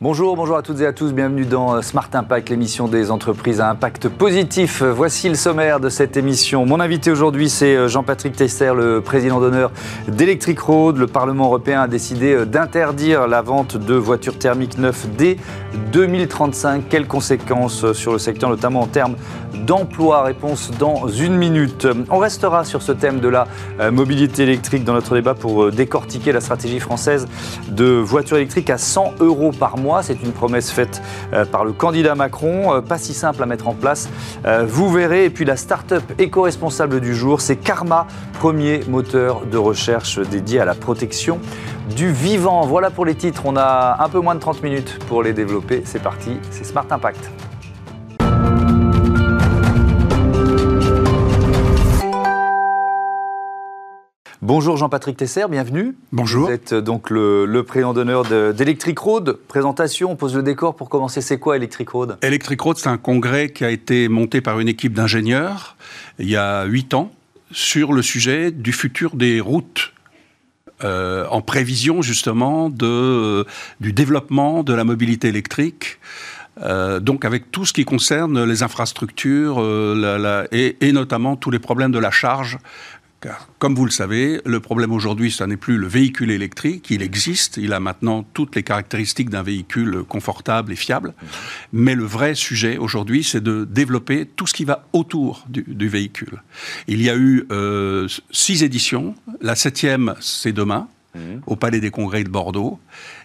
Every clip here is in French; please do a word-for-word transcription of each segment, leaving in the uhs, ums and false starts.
Bonjour, bonjour à toutes et à tous, bienvenue dans Smart Impact, l'émission des entreprises à impact positif. Voici le sommaire de cette émission. Mon invité aujourd'hui, c'est Jean-Patrick Tesser, le président d'honneur d'Electric Road. Le Parlement européen a décidé d'interdire la vente de voitures thermiques neuves dès deux mille trente-cinq. Quelles conséquences sur le secteur, notamment en termes d'emploi? Réponse dans une minute. On restera sur ce thème de la mobilité électrique dans notre débat pour décortiquer la stratégie française de voitures électriques à cent euros par mois. C'est une promesse faite par le candidat Macron, pas si simple à mettre en place. Vous verrez. Et puis la start-up éco-responsable du jour, c'est Karma, premier moteur de recherche dédié à la protection du vivant. Voilà pour les titres. On a un peu moins de trente minutes pour les développer. C'est parti, c'est Smart Impact. Bonjour Jean-Patrick Tesser, bienvenue. Bonjour. Vous êtes donc le, le président d'honneur de, d'Electric Road. Présentation, on pose le décor pour commencer. C'est quoi Electric Road ? Electric Road, c'est un congrès qui a été monté par une équipe d'ingénieurs il y a huit ans sur le sujet du futur des routes. Euh, en prévision justement de, euh, du développement de la mobilité électrique. Euh, donc avec tout ce qui concerne les infrastructures euh, la, la, et, et notamment tous les problèmes de la charge. Car, comme vous le savez, le problème aujourd'hui, ce n'est plus le véhicule électrique. Il existe, il a maintenant toutes les caractéristiques d'un véhicule confortable et fiable. Mais le vrai sujet aujourd'hui, c'est de développer tout ce qui va autour du, du véhicule. Il y a eu euh, six éditions. La septième, c'est demain, mmh. au Palais des Congrès de Bordeaux.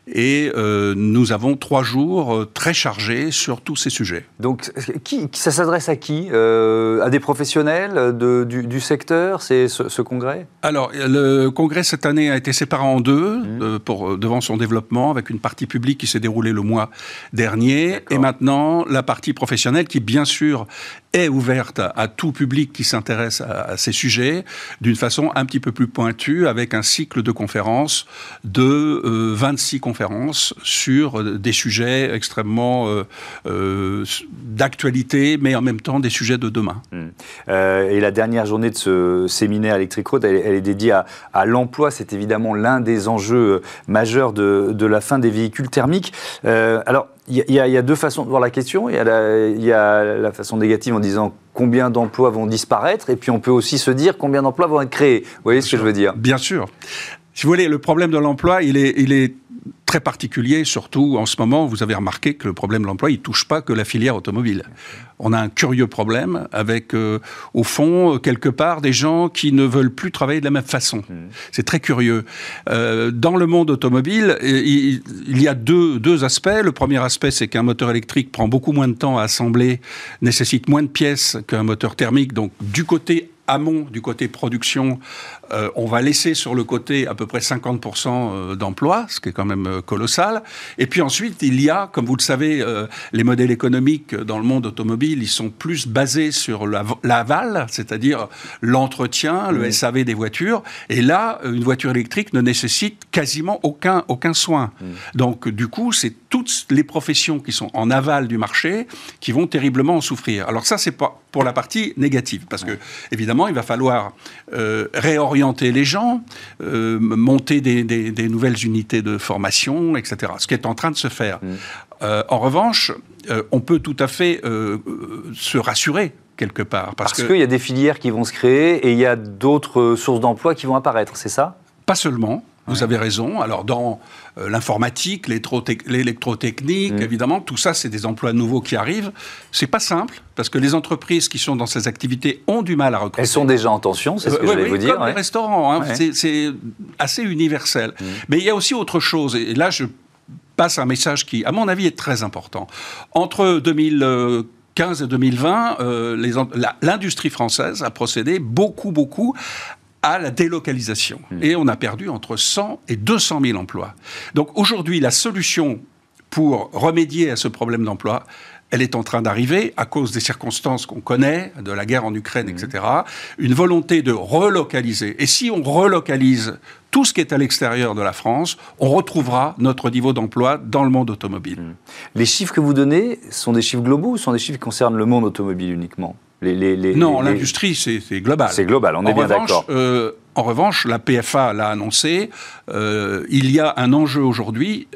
Et euh, nous avons trois jours euh, très chargés sur tous ces sujets. Donc, qui, ça s'adresse à qui euh, À des professionnels de, du, du secteur, c'est ce, ce congrès ? Alors, le congrès cette année a été séparé en deux mmh. euh, pour, devant son développement, avec une partie publique qui s'est déroulée le mois dernier, D'accord. et maintenant la partie professionnelle qui, bien sûr, est ouverte à, à tout public qui s'intéresse à, à ces sujets, d'une façon un petit peu plus pointue, avec un cycle de conférences de euh, vingt-six conférences. conférences sur des sujets extrêmement euh, euh, d'actualité, mais en même temps des sujets de demain. Mmh. Euh, et la dernière journée de ce séminaire Electric Road, elle, elle est dédiée à, à l'emploi. C'est évidemment l'un des enjeux majeurs de, de la fin des véhicules thermiques. Euh, alors, il y, y, y a deux façons de voir la question. Il y a la, il y a la façon négative en disant combien d'emplois vont disparaître, et puis on peut aussi se dire combien d'emplois vont être créés. Vous voyez Bien ce sûr. que je veux dire ? Bien sûr. Si vous voulez, le problème de l'emploi, il est, il est très particulier, surtout en ce moment. Vous avez remarqué que le problème de l'emploi, il ne touche pas que la filière automobile. On a un curieux problème avec, euh, au fond, quelque part, des gens qui ne veulent plus travailler de la même façon. Mmh. C'est très curieux. Euh, dans le monde automobile, il, il y a deux, deux aspects. Le premier aspect, c'est qu'un moteur électrique prend beaucoup moins de temps à assembler, nécessite moins de pièces qu'un moteur thermique. Donc, du côté amont, du côté production, euh, on va laisser sur le côté à peu près cinquante pour cent d'emplois, ce qui est quand même euh, colossal. Et puis ensuite, il y a, comme vous le savez, euh, les modèles économiques dans le monde automobile, ils sont plus basés sur la, l'aval, c'est-à-dire l'entretien, le mmh. S A V des voitures. Et là, une voiture électrique ne nécessite quasiment aucun, aucun soin. Mmh. Donc, du coup, c'est toutes les professions qui sont en aval du marché qui vont terriblement en souffrir. Alors ça, c'est pas pour la partie négative, parce que, évidemment, il va falloir euh, réorienter les gens, euh, monter des, des, des nouvelles unités de formation, et cetera, ce qui est en train de se faire. Mmh. Euh, en revanche, euh, on peut tout à fait euh, se rassurer quelque part. Parce, parce qu'il y a des filières qui vont se créer et il y a d'autres sources d'emploi qui vont apparaître, c'est ça ? Pas seulement. Vous ouais. avez raison. Alors, dans euh, l'informatique, l'électrotechnique, mmh. évidemment, tout ça, c'est des emplois nouveaux qui arrivent. C'est pas simple, parce que les entreprises qui sont dans ces activités ont du mal à recruter. Elles sont déjà en tension, c'est ce que euh, j'allais oui, vous dire. Comme ouais. les restaurants, hein, ouais. c'est, c'est assez universel. Mmh. Mais il y a aussi autre chose. Et là, je passe un message qui, à mon avis, est très important. Entre deux mille quinze et deux mille vingt, euh, les, la, l'industrie française a procédé beaucoup, beaucoup à la délocalisation. Mmh. Et on a perdu entre cent et deux cent mille emplois. Donc aujourd'hui, la solution pour remédier à ce problème d'emploi, elle est en train d'arriver à cause des circonstances qu'on connaît, de la guerre en Ukraine, mmh. et cetera. Une volonté de relocaliser. Et si on relocalise tout ce qui est à l'extérieur de la France, on retrouvera notre niveau d'emploi dans le monde automobile. Mmh. Les chiffres que vous donnez sont des chiffres globaux ou sont des chiffres qui concernent le monde automobile uniquement ? Les, les, les, non, les, l'industrie, c'est, c'est global. C'est global, on est en bien revanche, d'accord. Euh, en revanche, la P F A l'a annoncé, euh, il y a un enjeu aujourd'hui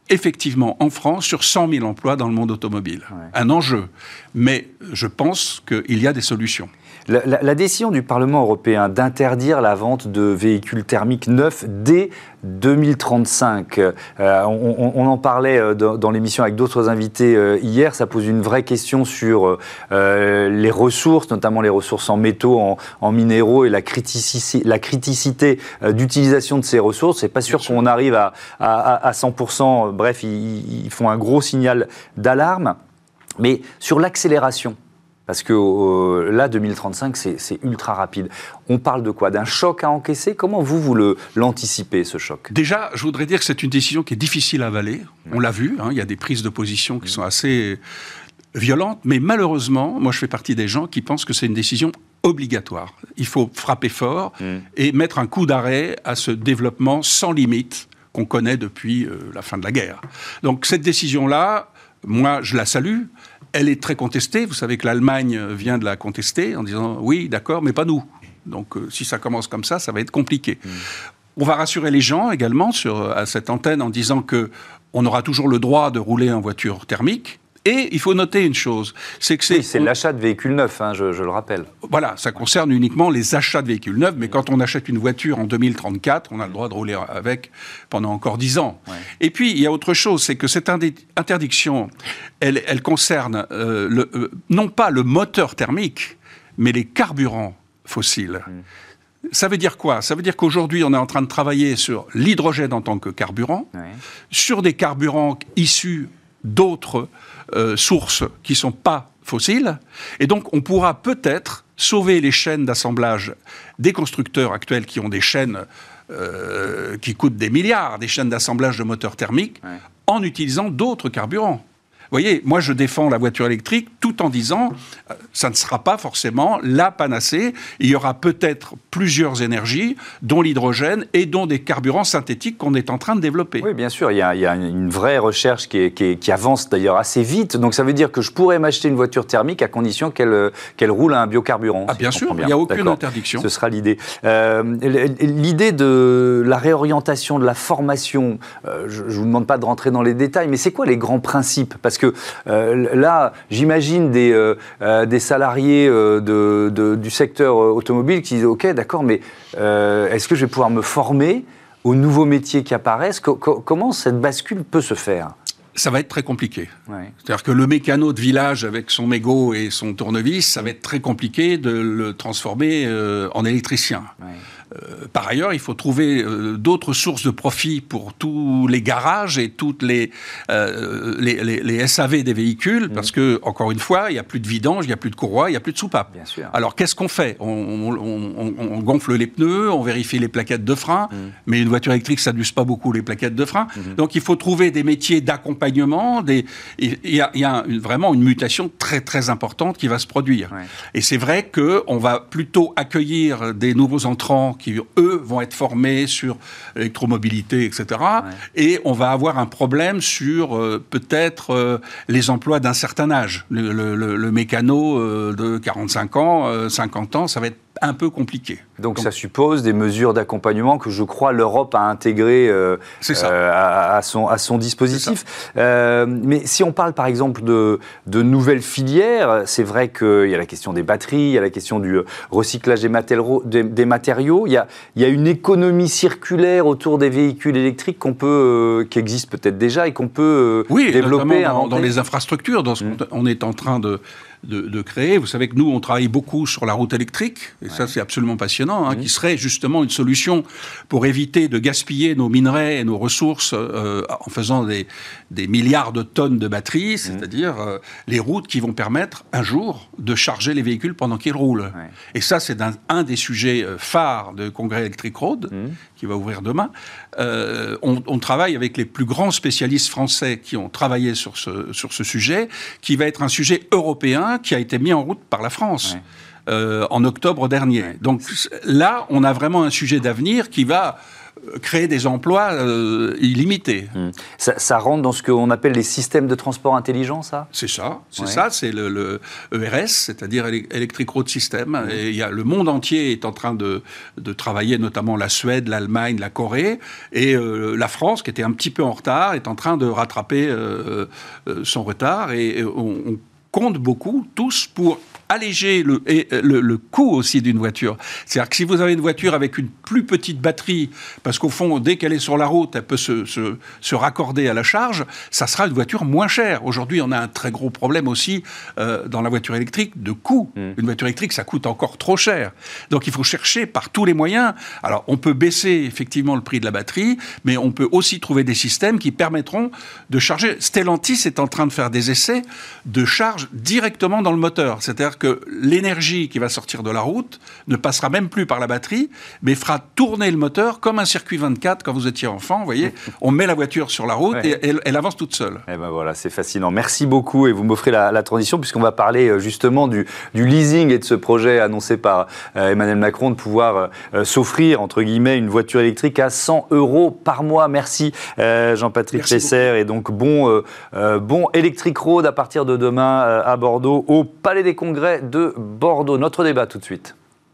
effectivement, en France, sur cent mille emplois dans le monde automobile. Ouais. Un enjeu. Mais je pense qu'il y a des solutions. La, la, la décision du Parlement européen d'interdire la vente de véhicules thermiques neufs dès deux mille trente-cinq, euh, on, on, on en parlait dans, dans l'émission avec d'autres invités euh, hier, ça pose une vraie question sur euh, les ressources, notamment les ressources en métaux, en, en minéraux et la criticité, la criticité euh, d'utilisation de ces ressources. C'est pas sûr qu'on arrive à, à, à cent pour cent, bref, ils, ils font un gros signal d'alarme. Mais sur l'accélération, parce que euh, là, deux mille trente-cinq, c'est, c'est ultra rapide. On parle de quoi ? D'un choc à encaisser ? Comment vous, vous le, l'anticipez, ce choc ? Déjà, je voudrais dire que c'est une décision qui est difficile à avaler. On l'a vu, hein, il y a des prises de position qui sont assez violentes. Mais malheureusement, moi, je fais partie des gens qui pensent que c'est une décision obligatoire. Il faut frapper fort mmh. et mettre un coup d'arrêt à ce développement sans limite qu'on connaît depuis euh, la fin de la guerre. Donc, cette décision-là, moi, je la salue. Elle est très contestée. Vous savez que l'Allemagne vient de la contester en disant « oui, d'accord, mais pas nous ». Donc, euh, si ça commence comme ça, ça va être compliqué. Mmh. On va rassurer les gens également sur, à cette antenne en disant qu'on aura toujours le droit de rouler en voiture thermique. Et il faut noter une chose, c'est que c'est... Oui, c'est on... l'achat de véhicules neufs, hein, je, je le rappelle. Voilà, ça concerne uniquement les achats de véhicules neufs, mais quand on achète une voiture en deux mille trente-quatre, on a le droit de rouler avec pendant encore dix ans. Ouais. Et puis, il y a autre chose, c'est que cette interdiction, elle, elle concerne euh, le, euh, non pas le moteur thermique, mais les carburants fossiles. Mmh. Ça veut dire quoi ? Ça veut dire qu'aujourd'hui, on est en train de travailler sur l'hydrogène en tant que carburant, ouais. sur des carburants issus d'autres euh, sources qui ne sont pas fossiles. Et donc, on pourra peut-être sauver les chaînes d'assemblage des constructeurs actuels qui ont des chaînes euh, qui coûtent des milliards, des chaînes d'assemblage de moteurs thermiques, ouais. en utilisant d'autres carburants. Vous voyez, moi je défends la voiture électrique tout en disant euh, ça ne sera pas forcément la panacée. Il y aura peut-être plusieurs énergies, dont l'hydrogène et dont des carburants synthétiques qu'on est en train de développer. Oui, bien sûr, il y a, il y a une vraie recherche qui, est, qui, est, qui avance d'ailleurs assez vite. Donc ça veut dire que je pourrais m'acheter une voiture thermique à condition qu'elle, qu'elle roule à un biocarburant. Ah, si bien sûr, il n'y a aucune D'accord. interdiction. Ce sera l'idée. Euh, l'idée de la réorientation de la formation, euh, je ne vous demande pas de rentrer dans les détails, mais c'est quoi les grands principes ? Parce que euh, là, j'imagine des, euh, des salariés euh, de, de, du secteur automobile qui disent « Ok, d'accord, mais euh, est-ce que je vais pouvoir me former aux nouveaux métiers qui apparaissent ? Co- co- Comment cette bascule peut se faire ?» Ça va être très compliqué. Ouais. C'est-à-dire que le mécano de village avec son mégot et son tournevis, ça va être très compliqué de le transformer euh, en électricien. Ouais. Euh, par ailleurs, il faut trouver euh, d'autres sources de profit pour tous les garages et toutes les, euh, les, les, les S A V des véhicules, mmh. parce que, encore une fois, il n'y a plus de vidange, il n'y a plus de courroie, il n'y a plus de soupape. Bien sûr. Alors, qu'est-ce qu'on fait ? on, on, on, on gonfle les pneus, on vérifie les plaquettes de frein, mmh. mais une voiture électrique, ça n'use pas beaucoup les plaquettes de frein. Mmh. Donc, il faut trouver des métiers d'accompagnement. Des... Il y a, il y a une, vraiment une mutation très, très importante qui va se produire. Ouais. Et c'est vrai qu'on va plutôt accueillir des nouveaux entrants qui, eux, vont être formés sur l'électromobilité, et cetera. Ouais. Et on va avoir un problème sur, euh, peut-être, euh, les emplois d'un certain âge. Le, le, le, le mécano euh, de quarante-cinq ans, euh, cinquante ans, ça va être un peu compliqué. Donc, Donc ça suppose des mesures d'accompagnement que je crois l'Europe a intégrées euh, euh, à, à, son, à son dispositif. Euh, mais si on parle par exemple de, de nouvelles filières, c'est vrai qu'il y a la question des batteries, il y a la question du recyclage des matériaux, des, des matériaux. Il, y a, il y a une économie circulaire autour des véhicules électriques qu'on peut, euh, qui existe peut-être déjà et qu'on peut euh, oui, développer. Dans, dans les infrastructures, dans ce mmh. qu'on est en train de... De, de créer. Vous savez que nous, on travaille beaucoup sur la route électrique, et ouais. ça, c'est absolument passionnant, hein, mmh. qui serait justement une solution pour éviter de gaspiller nos minerais et nos ressources euh, en faisant des, des milliards de tonnes de batteries, c'est-à-dire mmh. euh, les routes qui vont permettre un jour de charger les véhicules pendant qu'ils roulent. Ouais. Et ça, c'est un, un des sujets phares de Congrès Electric Road, mmh. qui va ouvrir demain. Euh, on, on travaille avec les plus grands spécialistes français qui ont travaillé sur ce, sur ce sujet, qui va être un sujet européen qui a été mis en route par la France ouais. euh, en octobre dernier. Ouais. Donc là, on a vraiment un sujet d'avenir qui va créer des emplois euh, illimités. Mmh. Ça, ça rentre dans ce qu'on appelle les systèmes de transport intelligents, ça ? C'est ça, c'est ouais. ça, c'est le, le E R S, c'est-à-dire Electric Road System. Mmh. Et il y a, le monde entier est en train de, de travailler, notamment la Suède, l'Allemagne, la Corée, et euh, la France, qui était un petit peu en retard, est en train de rattraper euh, euh, son retard, et, et on, on compte beaucoup, tous, pour alléger le, et, le, le coût aussi d'une voiture. C'est-à-dire que si vous avez une voiture avec une plus petite batterie, parce qu'au fond, dès qu'elle est sur la route, elle peut se, se, se raccorder à la charge, ça sera une voiture moins chère. Aujourd'hui, on a un très gros problème aussi euh, dans la voiture électrique de coût. Mmh. Une voiture électrique, ça coûte encore trop cher. Donc il faut chercher par tous les moyens. Alors on peut baisser effectivement le prix de la batterie, mais on peut aussi trouver des systèmes qui permettront de charger. Stellantis est en train de faire des essais de charge directement dans le moteur. C'est-à-dire que l'énergie qui va sortir de la route ne passera même plus par la batterie, mais fera tourner le moteur comme un circuit vingt-quatre quand vous étiez enfant. Vous voyez, on met la voiture sur la route ouais. et elle, elle avance toute seule. Et ben voilà, c'est fascinant. Merci beaucoup et vous m'offrez la, la transition puisqu'on va parler justement du, du leasing et de ce projet annoncé par euh, Emmanuel Macron de pouvoir euh, s'offrir entre guillemets une voiture électrique à cent euros par mois. Merci euh, Jean-Patrick Tesser et donc bon, euh, euh, bon Electric Road à partir de demain euh, à Bordeaux au Palais des Congrès de Bordeaux. Notre débat tout de suite.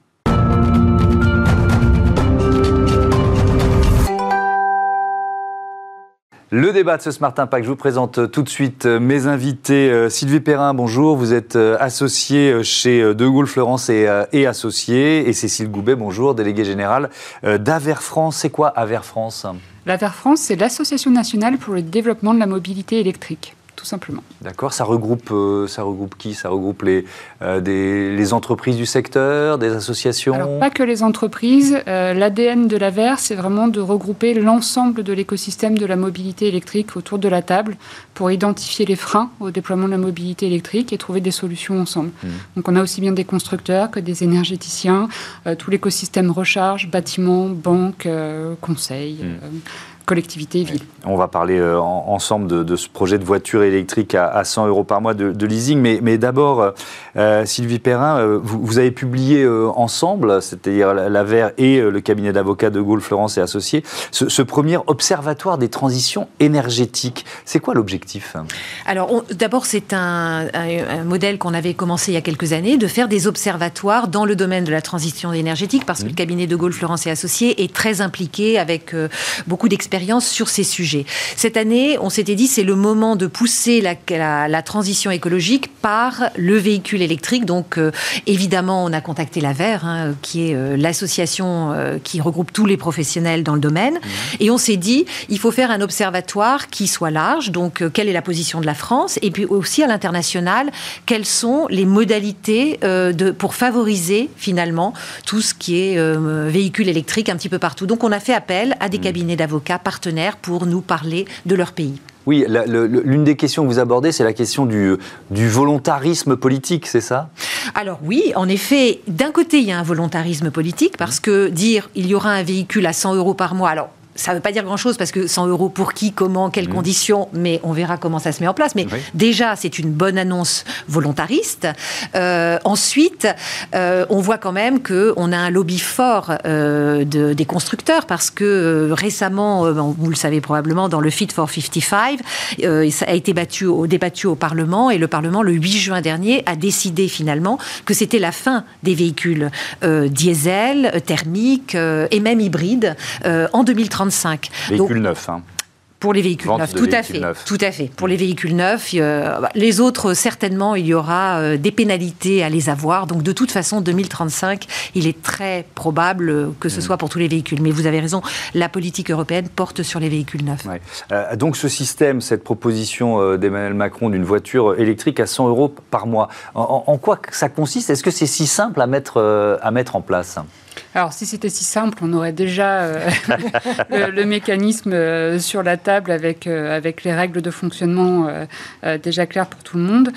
Le débat de ce Smart Impact, je vous présente tout de suite mes invités. Sylvie Perrin, bonjour, vous êtes associée chez De Gaulle Fleurance et, et associée. Et Cécile Goubet, bonjour, déléguée générale d'Aver France. C'est quoi Aver France ? L'Aver France, c'est l'Association nationale pour le développement de la mobilité électrique. Tout simplement. D'accord, ça regroupe, euh, ça regroupe qui ? Ça regroupe les, euh, des, les entreprises du secteur, des associations ? Alors, pas que les entreprises. Euh, L'A D N de l'Aver, c'est vraiment de regrouper l'ensemble de l'écosystème de la mobilité électrique autour de la table pour identifier les freins au déploiement de la mobilité électrique et trouver des solutions ensemble. Mmh. Donc, on a aussi bien des constructeurs que des énergéticiens, euh, tout l'écosystème recharge, bâtiments, banques, euh, conseils. Mmh. Euh, collectivités et villes. On va parler euh, en, ensemble de, de ce projet de voiture électrique à, à cent euros par mois de, de leasing. Mais, mais d'abord, euh, Sylvie Perrin, euh, vous, vous avez publié euh, ensemble, c'est-à-dire l'Aver et euh, le cabinet d'avocats De Gaulle Fleurance et Associés, ce, ce premier observatoire des transitions énergétiques. C'est quoi l'objectif ? Alors, on, d'abord, c'est un, un, un modèle qu'on avait commencé il y a quelques années, de faire des observatoires dans le domaine de la transition énergétique, parce que mmh. le cabinet De Gaulle Fleurance et Associés est très impliqué avec euh, beaucoup d'expérience sur ces sujets. Cette année, on s'était dit c'est le moment de pousser la, la, la transition écologique par le véhicule électrique. Donc, euh, évidemment, on a contacté l'Aver, hein, qui est euh, l'association euh, qui regroupe tous les professionnels dans le domaine. Mmh. Et on s'est dit, il faut faire un observatoire qui soit large. Donc, euh, quelle est la position de la France ? Et puis aussi à l'international, quelles sont les modalités euh, de, pour favoriser finalement tout ce qui est euh, véhicule électrique un petit peu partout. Donc, on a fait appel à des mmh. cabinets d'avocats partenaires pour nous parler de leur pays. Oui, la, le, l'une des questions que vous abordez, c'est la question du, du volontarisme politique, c'est ça ? Alors oui, en effet, d'un côté, il y a un volontarisme politique, parce que dire il y aura un véhicule à cent euros par mois, alors ça ne veut pas dire grand-chose, parce que cent euros pour qui, comment, quelles mmh. conditions, mais on verra comment ça se met en place. Mais oui. déjà, c'est une bonne annonce volontariste. Euh, ensuite, euh, on voit quand même qu'on a un lobby fort euh, de, des constructeurs, parce que euh, récemment, euh, vous le savez probablement, dans le Fit for cinquante-cinq, euh, ça a été battu au, débattu au Parlement, et le Parlement, le huit juin dernier, a décidé finalement que c'était la fin des véhicules euh, diesel, thermiques euh, et même hybrides euh, en deux mille trente. Véhicules neufs, hein. Pour les véhicules Vente neufs, tout à véhicules fait, neufs. tout à fait. Pour les véhicules neufs, euh, les autres, certainement, il y aura euh, des pénalités à les avoir. Donc, de toute façon, deux mille trente-cinq, il est très probable que ce mmh. soit pour tous les véhicules. Mais vous avez raison, la politique européenne porte sur les véhicules neufs. Ouais. Euh, donc, ce système, cette proposition euh, d'Emmanuel Macron d'une voiture électrique à cent euros par mois, en, en quoi ça consiste ? Est-ce que c'est si simple à mettre, euh, à mettre en place ? Alors, si c'était si simple, on aurait déjà euh, le, le mécanisme euh, sur la table avec, euh, avec les règles de fonctionnement euh, euh, déjà claires pour tout le monde.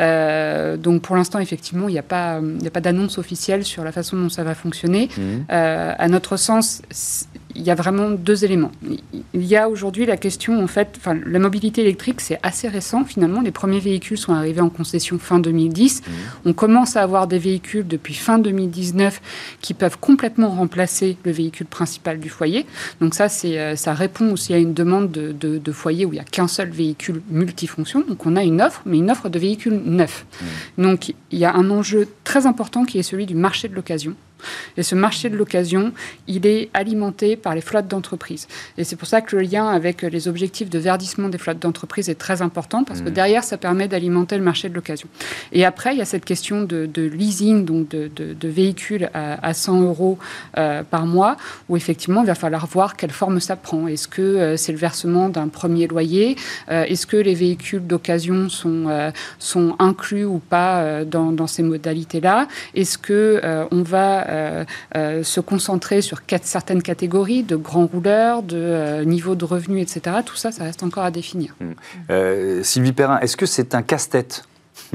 Euh, donc, pour l'instant, effectivement, il n'y a pas, il n'y a pas d'annonce officielle sur la façon dont ça va fonctionner. Mmh. Euh, à notre sens, il y a vraiment deux éléments. Il y a aujourd'hui la question, en fait, enfin, la mobilité électrique, c'est assez récent finalement. Les premiers véhicules sont arrivés en concession fin deux mille dix. Mmh. On commence à avoir des véhicules depuis fin deux mille dix-neuf qui peuvent complètement remplacer le véhicule principal du foyer. Donc ça, c'est, ça répond aussi à une demande de, de, de foyer où il n'y a qu'un seul véhicule multifonction. Donc on a une offre, mais une offre de véhicules neufs. Mmh. Donc il y a un enjeu très important qui est celui du marché de l'occasion. Et ce marché de l'occasion, il est alimenté par les flottes d'entreprises. Et c'est pour ça que le lien avec les objectifs de verdissement des flottes d'entreprises est très important, parce que derrière, ça permet d'alimenter le marché de l'occasion. Et après, il y a cette question de, de leasing, donc de, de, de véhicules à, à cent euros euh, par mois, où effectivement, il va falloir voir quelle forme ça prend. Est-ce que euh, c'est le versement d'un premier loyer ? euh, Est-ce que les véhicules d'occasion sont, euh, sont inclus ou pas euh, dans, dans ces modalités-là ? Est-ce qu'on euh, va Euh, euh, se concentrer sur quatre, certaines catégories de grands rouleurs, de euh, niveau de revenus, et cetera. Tout ça, ça reste encore à définir. Mmh. Euh, Sylvie Perrin, est-ce que c'est un casse-tête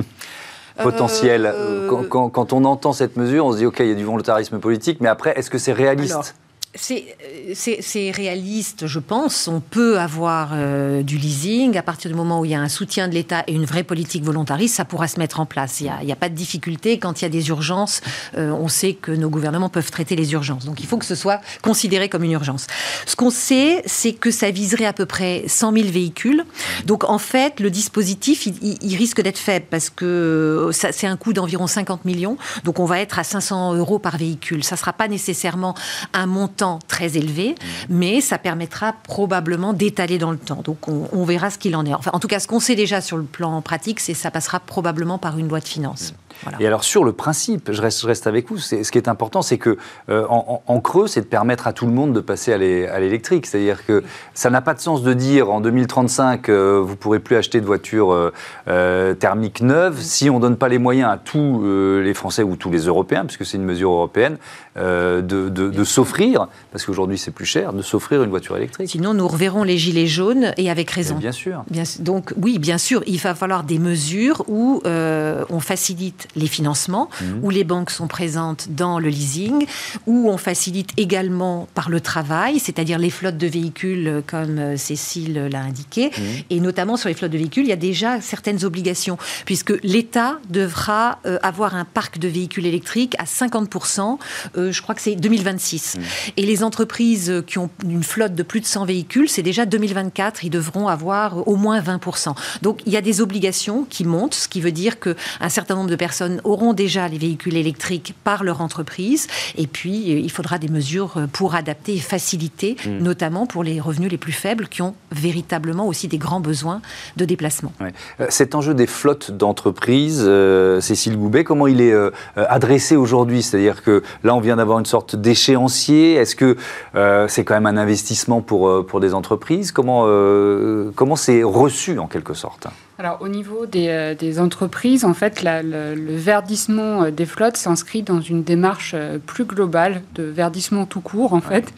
potentiel euh... quand, quand, quand on entend cette mesure, on se dit ok, il y a du volontarisme politique, mais après, est-ce que c'est réaliste ? Alors... C'est, c'est, c'est réaliste, je pense. On peut avoir euh, du leasing. À partir du moment où il y a un soutien de l'État et une vraie politique volontariste, ça pourra se mettre en place. Il n'y a, a pas de difficulté. Quand il y a des urgences, euh, on sait que nos gouvernements peuvent traiter les urgences. Donc il faut que ce soit considéré comme une urgence. Ce qu'on sait, c'est que ça viserait à peu près cent mille véhicules. Donc en fait, le dispositif, il, il, il risque d'être faible parce que ça, c'est un coût d'environ cinquante millions. Donc on va être à cinq cents euros par véhicule. Ça ne sera pas nécessairement un montant très élevé, mais ça permettra probablement d'étaler dans le temps. Donc on, on verra ce qu'il en est. Enfin, en tout cas, ce qu'on sait déjà sur le plan pratique, c'est que ça passera probablement par une loi de finances. Voilà. Et alors sur le principe, je reste, je reste avec vous, c'est, ce qui est important, c'est que euh, en, en creux, c'est de permettre à tout le monde de passer à, les, à l'électrique. C'est-à-dire que ça n'a pas de sens de dire en deux mille trente-cinq, euh, vous ne pourrez plus acheter de voitures euh, euh, thermiques neuves si on ne donne pas les moyens à tous euh, les Français ou tous les Européens, puisque c'est une mesure européenne, euh, de, de, de s'offrir, parce qu'aujourd'hui c'est plus cher, de s'offrir une voiture électrique. Sinon, nous reverrons les gilets jaunes, et avec raison. Et bien sûr. Bien, donc oui, bien sûr, il va falloir des mesures où euh, on facilite les financements, mmh. où les banques sont présentes dans le leasing, où on facilite également par le travail, c'est-à-dire les flottes de véhicules, comme Cécile l'a indiqué, mmh. et notamment sur les flottes de véhicules, il y a déjà certaines obligations, puisque l'État devra euh, avoir un parc de véhicules électriques à cinquante pour cent, euh, je crois que c'est deux mille vingt-six. Mmh. Et les entreprises qui ont une flotte de plus de cent véhicules, c'est déjà deux mille vingt-quatre, ils devront avoir au moins vingt pour cent. Donc il y a des obligations qui montent, ce qui veut dire qu'un certain nombre de personnes auront déjà les véhicules électriques par leur entreprise, et puis il faudra des mesures pour adapter et faciliter, mmh. notamment pour les revenus les plus faibles qui ont véritablement aussi des grands besoins de déplacement. Ouais. Cet enjeu des flottes d'entreprises, euh, Cécile Goubet, comment il est euh, adressé aujourd'hui ? C'est-à-dire que là, on vient d'avoir une sorte d'échéancier. Est-ce que euh, c'est quand même un investissement pour, pour des entreprises ? Comment, euh, comment c'est reçu en quelque sorte ? Alors, au niveau des, euh, des entreprises, en fait, la, le, le verdissement des flottes s'inscrit dans une démarche plus globale de verdissement tout court, en fait.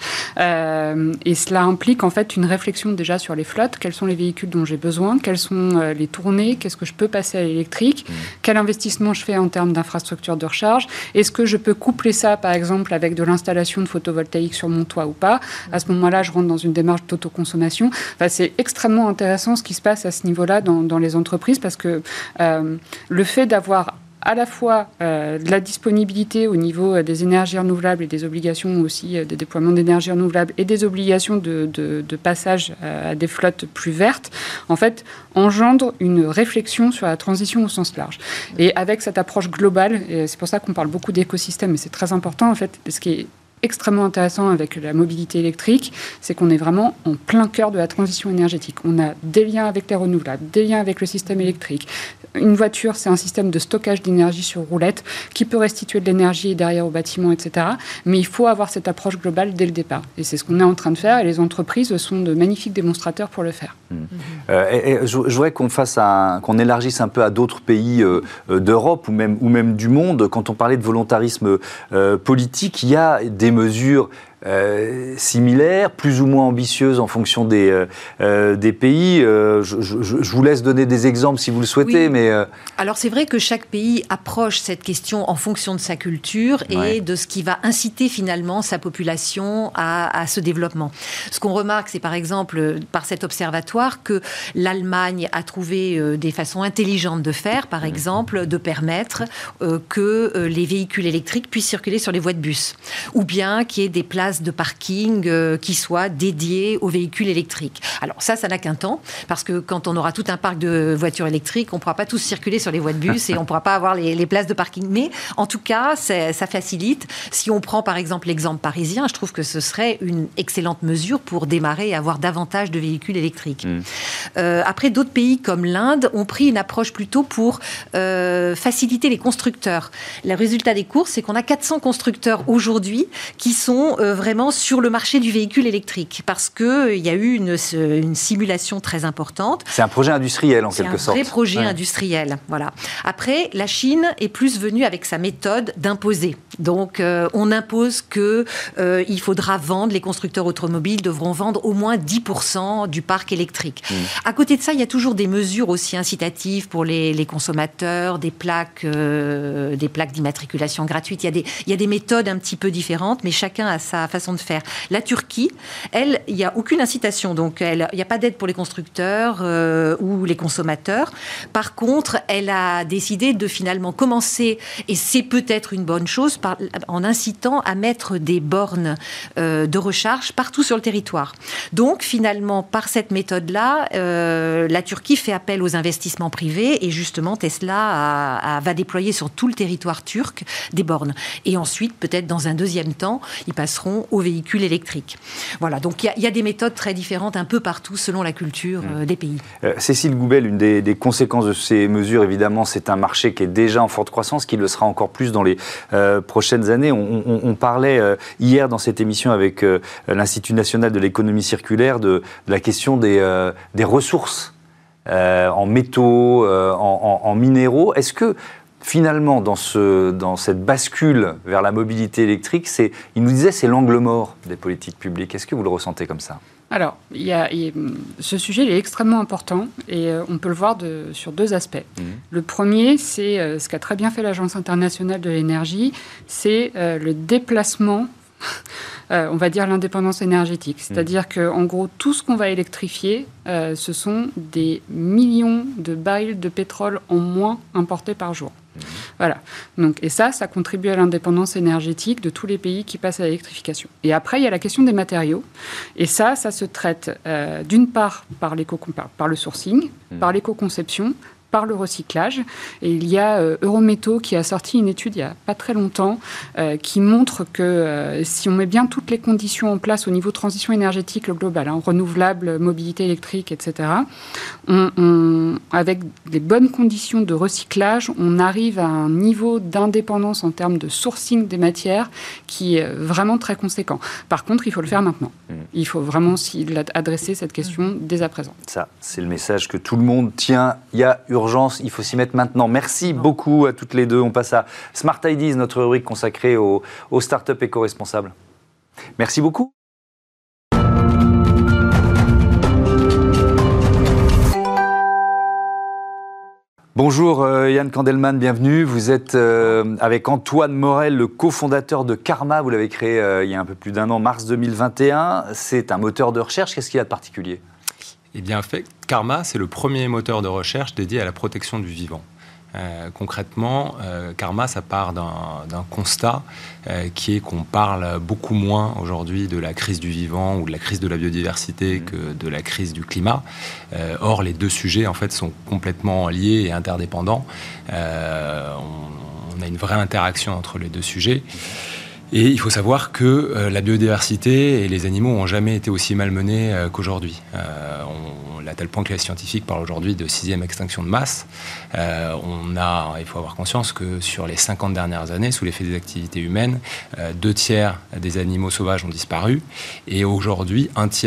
Euh, et cela implique, en fait, une réflexion déjà sur les flottes. Quels sont les véhicules dont j'ai besoin ? Quelles sont euh, les tournées ? Qu'est-ce que je peux passer à l'électrique ? Mmh. Quel investissement je fais en termes d'infrastructure de recharge ? Est-ce que je peux coupler ça, par exemple, avec de l'installation de photovoltaïque sur mon toit ou pas ? mmh. À ce moment-là, je rentre dans une démarche d'autoconsommation. Enfin, c'est extrêmement intéressant ce qui se passe à ce niveau-là dans, dans les entreprises, parce que euh, le fait d'avoir à la fois euh, de la disponibilité au niveau euh, des énergies renouvelables et des obligations aussi euh, des déploiements d'énergies renouvelables et des obligations de, de, de passage euh, à des flottes plus vertes, en fait, engendre une réflexion sur la transition au sens large. Et avec cette approche globale, et c'est pour ça qu'on parle beaucoup d'écosystème, et c'est très important, en fait, ce qui est extrêmement intéressant avec la mobilité électrique, c'est qu'on est vraiment en plein cœur de la transition énergétique. On a des liens avec les renouvelables, des liens avec le système électrique. Une voiture, c'est un système de stockage d'énergie sur roulette qui peut restituer de l'énergie derrière au bâtiment, et cetera. Mais il faut avoir cette approche globale dès le départ. Et c'est ce qu'on est en train de faire, et les entreprises sont de magnifiques démonstrateurs pour le faire. Mmh. Mmh. Euh, et, et, je, je voudrais qu'on fasse un, qu'on élargisse un peu à d'autres pays euh, d'Europe ou même, ou même du monde. Quand on parlait de volontarisme euh, politique, il y a des mesures euh, similaires, plus ou moins ambitieuses en fonction des, euh, euh, des pays. Euh, je, je, je vous laisse donner des exemples si vous le souhaitez. Oui. Mais euh... Alors c'est vrai que chaque pays approche cette question en fonction de sa culture et ouais. de ce qui va inciter finalement sa population à, à ce développement. Ce qu'on remarque, c'est par exemple par cet observatoire que l'Allemagne a trouvé euh, des façons intelligentes de faire, par exemple, de permettre euh, que euh, les véhicules électriques puissent circuler sur les voies de bus, ou bien qu'il y ait des places de parking euh, qui soient dédiées aux véhicules électriques. Alors ça, ça n'a qu'un temps, parce que quand on aura tout un parc de voitures électriques, on ne pourra pas tous circuler sur les voies de bus et on ne pourra pas avoir les, les places de parking. Mais en tout cas, ça facilite. Si on prend par exemple l'exemple parisien, je trouve que ce serait une excellente mesure pour démarrer et avoir davantage de véhicules électriques. Mmh. Euh, après, d'autres pays comme l'Inde ont pris une approche plutôt pour euh, faciliter les constructeurs. Le résultat des courses, c'est qu'on a quatre cents constructeurs aujourd'hui qui sont euh, vraiment sur le marché du véhicule électrique parce qu'il euh, y a eu une, une simulation très importante. C'est un projet industriel en quelque sorte. C'est un vrai projet ouais. industriel. Voilà. Après, la Chine est plus venue avec sa méthode d'imposer. Donc, euh, on impose qu'il euh, faudra vendre, les constructeurs automobiles devront vendre au moins dix pour cent du parc électrique. Mmh. À côté de ça, il y a toujours des mesures aussi incitatives pour les, les consommateurs, des plaques, euh, des plaques d'immatriculation gratuites. Il y a des, il y a des méthodes un petit peu différentes, mais chacun a sa façon de faire. La Turquie, elle, il n'y a aucune incitation. Donc, elle, il n'y a pas d'aide pour les constructeurs euh, ou les consommateurs. Par contre, elle a décidé de finalement commencer, et c'est peut-être une bonne chose, par, en incitant à mettre des bornes euh, de recharge partout sur le territoire. Donc, finalement, par cette méthode-là, euh, la Turquie fait appel aux investissements privés et justement, Tesla a, a, va déployer sur tout le territoire turc des bornes. Et ensuite, peut-être dans un deuxième temps, ils passeront aux véhicules électriques. Voilà, donc il y, y a des méthodes très différentes un peu partout selon la culture euh, des pays. Euh, Cécile Goubel, une des, des conséquences de ces mesures, évidemment, c'est un marché qui est déjà en forte croissance, qui le sera encore plus dans les euh, prochaines années. On, on, on parlait euh, hier dans cette émission avec euh, l'Institut national de l'économie circulaire de, de la question des, euh, des ressources euh, en métaux, euh, en, en, en minéraux. Est-ce que finalement, dans, ce, dans cette bascule vers la mobilité électrique, c'est, il nous disait c'est l'angle mort des politiques publiques. Est-ce que vous le ressentez comme ça ? Alors, il y a, il, ce sujet il est extrêmement important et euh, on peut le voir de, sur deux aspects. Mmh. Le premier, c'est euh, ce qu'a très bien fait l'Agence internationale de l'énergie, c'est euh, le déplacement, euh, on va dire l'indépendance énergétique. C'est-à-dire mmh. qu'en gros, tout ce qu'on va électrifier, euh, ce sont des millions de barils de pétrole en moins importés par jour. Mmh. Voilà. Donc, et ça, ça contribue à l'indépendance énergétique de tous les pays qui passent à l'électrification. Et après, il y a la question des matériaux. Et ça, ça se traite euh, d'une part par, par, par le sourcing, mmh. par l'éco-conception, par le recyclage. Et il y a euh, Eurométaux qui a sorti une étude il n'y a pas très longtemps euh, qui montre que euh, si on met bien toutes les conditions en place au niveau de transition énergétique globale, hein, renouvelable, mobilité électrique, et cetera, on, on, avec des bonnes conditions de recyclage, on arrive à un niveau d'indépendance en termes de sourcing des matières qui est vraiment très conséquent. Par contre, il faut le faire maintenant. Il faut vraiment adresser cette question dès à présent. Ça, c'est le message que tout le monde tient. Il y a urgence, il faut s'y mettre maintenant. Merci beaucoup à toutes les deux. On passe à Smart Ideas, notre rubrique consacrée aux, aux startups éco-responsables. Merci beaucoup. Bonjour euh, Yann Kandelman, bienvenue. Vous êtes euh, avec Antoine Morel, le cofondateur de Karma. Vous l'avez créé euh, il y a un peu plus d'un an, mars deux mille vingt et un. C'est un moteur de recherche. Qu'est-ce qu'il y a de particulier ? Eh bien, en fait, Karma, c'est le premier moteur de recherche dédié à la protection du vivant. Euh, concrètement, euh, Karma, ça part d'un, d'un constat euh, qui est qu'on parle beaucoup moins aujourd'hui de la crise du vivant ou de la crise de la biodiversité mmh. que de la crise du climat. Euh, or, les deux sujets, en fait, sont complètement liés et interdépendants. Euh, on, on a une vraie interaction entre les deux sujets. Et il faut savoir que euh, la biodiversité et les animaux n'ont jamais été aussi malmenés euh, qu'aujourd'hui. Euh, on, à tel point que les scientifiques parlent aujourd'hui de sixième extinction de masse. Euh, on a, il faut avoir conscience que sur les cinquante dernières années, sous l'effet des activités humaines, euh, deux tiers des animaux sauvages ont disparu. Et aujourd'hui, un tiers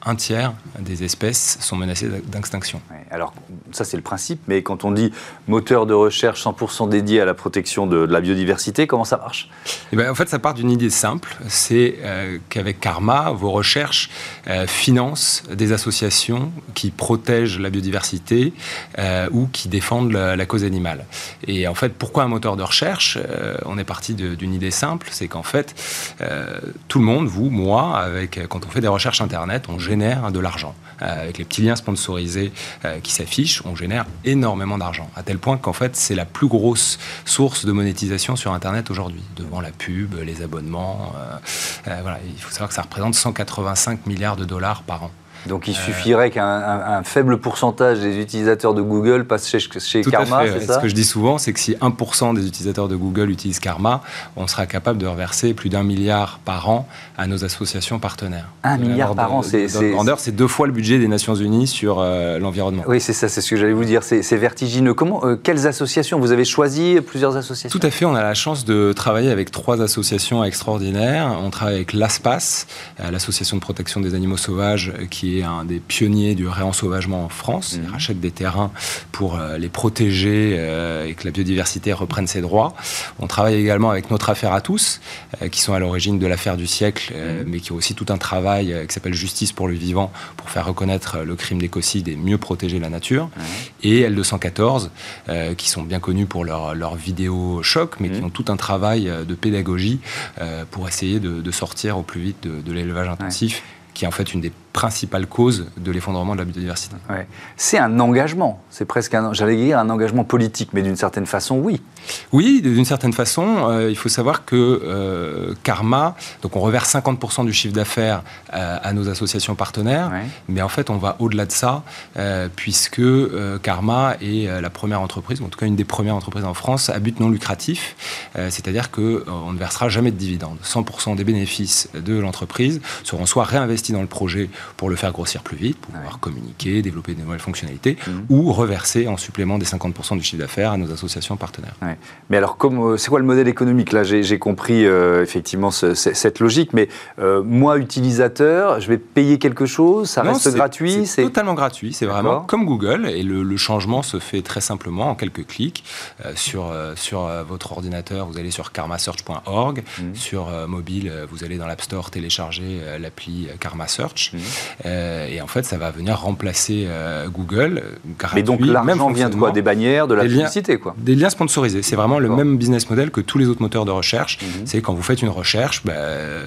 un tiers des espèces sont menacées d'extinction. Ouais, alors, ça c'est le principe, mais quand on dit moteur de recherche cent pour cent dédié à la protection de, de la biodiversité, comment ça marche ? Eh bien, en fait, ça part d'une idée simple, c'est euh, qu'avec Karma, vos recherches euh, financent des associations qui protègent la biodiversité euh, ou qui défendent la, la cause animale. Et en fait, pourquoi un moteur de recherche ? euh, On est parti de, d'une idée simple, c'est qu'en fait, euh, tout le monde, vous, moi, avec, quand on fait des recherches Internet, on génère de l'argent. Euh, avec les petits liens sponsorisés euh, qui s'affichent, on génère énormément d'argent. À tel point qu'en fait, c'est la plus grosse source de monétisation sur Internet aujourd'hui, devant la pub, les abonnements. Euh, euh, voilà. Il faut savoir que ça représente cent quatre-vingt-cinq milliards de dollars par an. Donc il suffirait qu'un un, un faible pourcentage des utilisateurs de Google passent chez, chez Tout Karma, à fait, c'est ouais. ça ? Ce que je dis souvent, c'est que si un pour cent des utilisateurs de Google utilisent Karma, on sera capable de reverser plus d'un milliard par an à nos associations partenaires. Un milliard par de, an, c'est... c'est grandeur, c'est deux fois le budget des Nations Unies sur euh, l'environnement. Oui, c'est ça, c'est ce que j'allais vous dire, c'est, c'est vertigineux. Comment, euh, quelles associations ? Vous avez choisi plusieurs associations ? Tout à fait, on a la chance de travailler avec trois associations extraordinaires. On travaille avec l'ASPAS, l'association de protection des animaux sauvages, qui est un des pionniers du réensauvagement en France. Ils mmh. rachètent des terrains pour euh, les protéger euh, et que la biodiversité reprenne ses droits. On travaille également avec Notre Affaire à tous, euh, qui sont à l'origine de l'affaire du siècle, euh, mmh. mais qui ont aussi tout un travail euh, qui s'appelle Justice pour le vivant, pour faire reconnaître le crime d'écocide et mieux protéger la nature. Mmh. Et L deux cent quatorze, euh, qui sont bien connus pour leurs leur vidéos choc, mais mmh. qui ont tout un travail de pédagogie euh, pour essayer de, de sortir au plus vite de, de l'élevage intensif, ouais. qui est en fait une des principale cause de l'effondrement de la biodiversité. Ouais. C'est un engagement, c'est presque un, j'allais dire un engagement politique, mais d'une certaine façon, oui. Oui, d'une certaine façon, euh, il faut savoir que euh, Karma, donc on reverse cinquante pour cent du chiffre d'affaires euh, à nos associations partenaires, ouais. mais en fait on va au-delà de ça, euh, puisque euh, Karma est euh, la première entreprise, en tout cas une des premières entreprises en France à but non lucratif, euh, c'est-à-dire qu'on euh, ne versera jamais de dividendes. cent pour cent des bénéfices de l'entreprise seront soit réinvestis dans le projet pour le faire grossir plus vite, pour pouvoir ouais. communiquer, développer de nouvelles fonctionnalités, mmh. ou reverser en supplément des cinquante pour cent du chiffre d'affaires à nos associations partenaires. Ouais. Mais alors, comme, c'est quoi le modèle économique ? Là, j'ai, j'ai compris euh, effectivement ce, ce, cette logique, mais euh, moi, utilisateur, je vais payer quelque chose, ça non, reste c'est, gratuit c'est, c'est totalement gratuit, c'est D'accord. vraiment comme Google, et le, le changement se fait très simplement en quelques clics. Euh, sur, euh, sur euh, votre ordinateur, vous allez sur karma search point org, mmh. sur euh, mobile, vous allez dans l'App Store télécharger euh, l'appli Karma Search, mmh. Euh, et en fait, ça va venir remplacer euh, Google gratuit. Mais donc l'argent vient de quoi ? Des bannières, de la des publicité, liens, quoi. Des liens sponsorisés. C'est vraiment D'accord. le même business model que tous les autres moteurs de recherche. Mm-hmm. C'est quand vous faites une recherche, bah,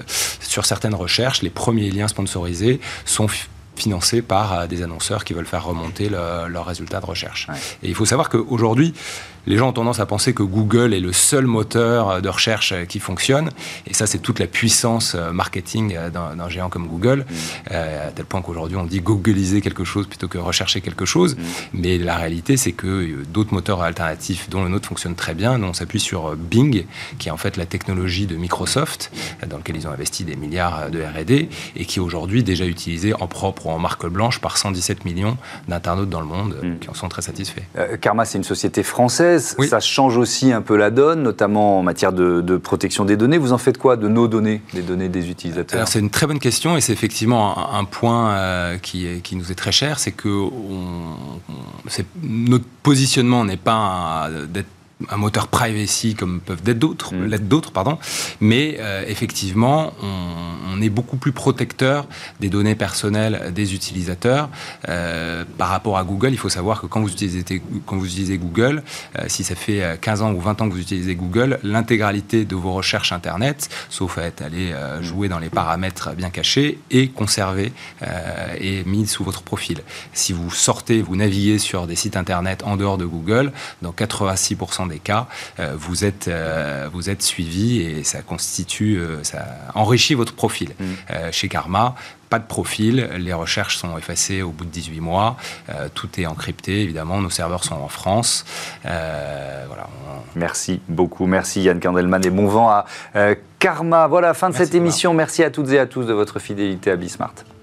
sur certaines recherches, les premiers liens sponsorisés sont f- financés par euh, des annonceurs qui veulent faire remonter le, leurs résultats de recherche. Ouais. Et il faut savoir qu'aujourd'hui, les gens ont tendance à penser que Google est le seul moteur de recherche qui fonctionne. Et ça, c'est toute la puissance marketing d'un, d'un géant comme Google, mmh. euh, à tel point qu'aujourd'hui, on dit googliser quelque chose plutôt que rechercher quelque chose. Mmh. Mais la réalité, c'est que d'autres moteurs alternatifs, dont le nôtre, fonctionnent très bien. Nous, on s'appuie sur Bing, qui est en fait la technologie de Microsoft, dans laquelle ils ont investi des milliards de R et D, et qui est aujourd'hui déjà utilisé en propre ou en marque blanche par cent dix-sept millions d'internautes dans le monde, mmh. qui en sont très satisfaits. Euh, Karma, c'est une société française. Oui. Ça change aussi un peu la donne, notamment en matière de, de protection des données. Vous en faites quoi de nos données, des données des utilisateurs ? Alors, c'est une très bonne question et c'est effectivement un, un point euh, qui, est, qui nous est très cher, c'est que on, on, c'est, notre positionnement n'est pas un, d'être un moteur privacy comme peuvent l'être d'autres, mmh. l'être d'autres pardon, mais euh, effectivement, on, on est beaucoup plus protecteur des données personnelles des utilisateurs. Euh, par rapport à Google, il faut savoir que quand vous utilisez, quand vous utilisez Google, euh, si ça fait quinze ans ou vingt ans que vous utilisez Google, l'intégralité de vos recherches Internet, sauf à être allé euh, jouer dans les paramètres bien cachés, est conservée euh, et mise sous votre profil. Si vous sortez, vous naviguez sur des sites Internet en dehors de Google, dans quatre-vingt-six pour cent des cas, euh, vous êtes euh, vous êtes suivi et ça constitue, euh, ça enrichit votre profil. Mmh. Euh, chez Karma, pas de profil, les recherches sont effacées au bout de dix-huit mois, euh, tout est encrypté, évidemment, nos serveurs sont en France. Euh, voilà. On... Merci beaucoup, merci Yann Kandelman et bon vent à euh, Karma. Voilà, fin de merci cette émission. Merci à toutes et à tous de votre fidélité à Bismart.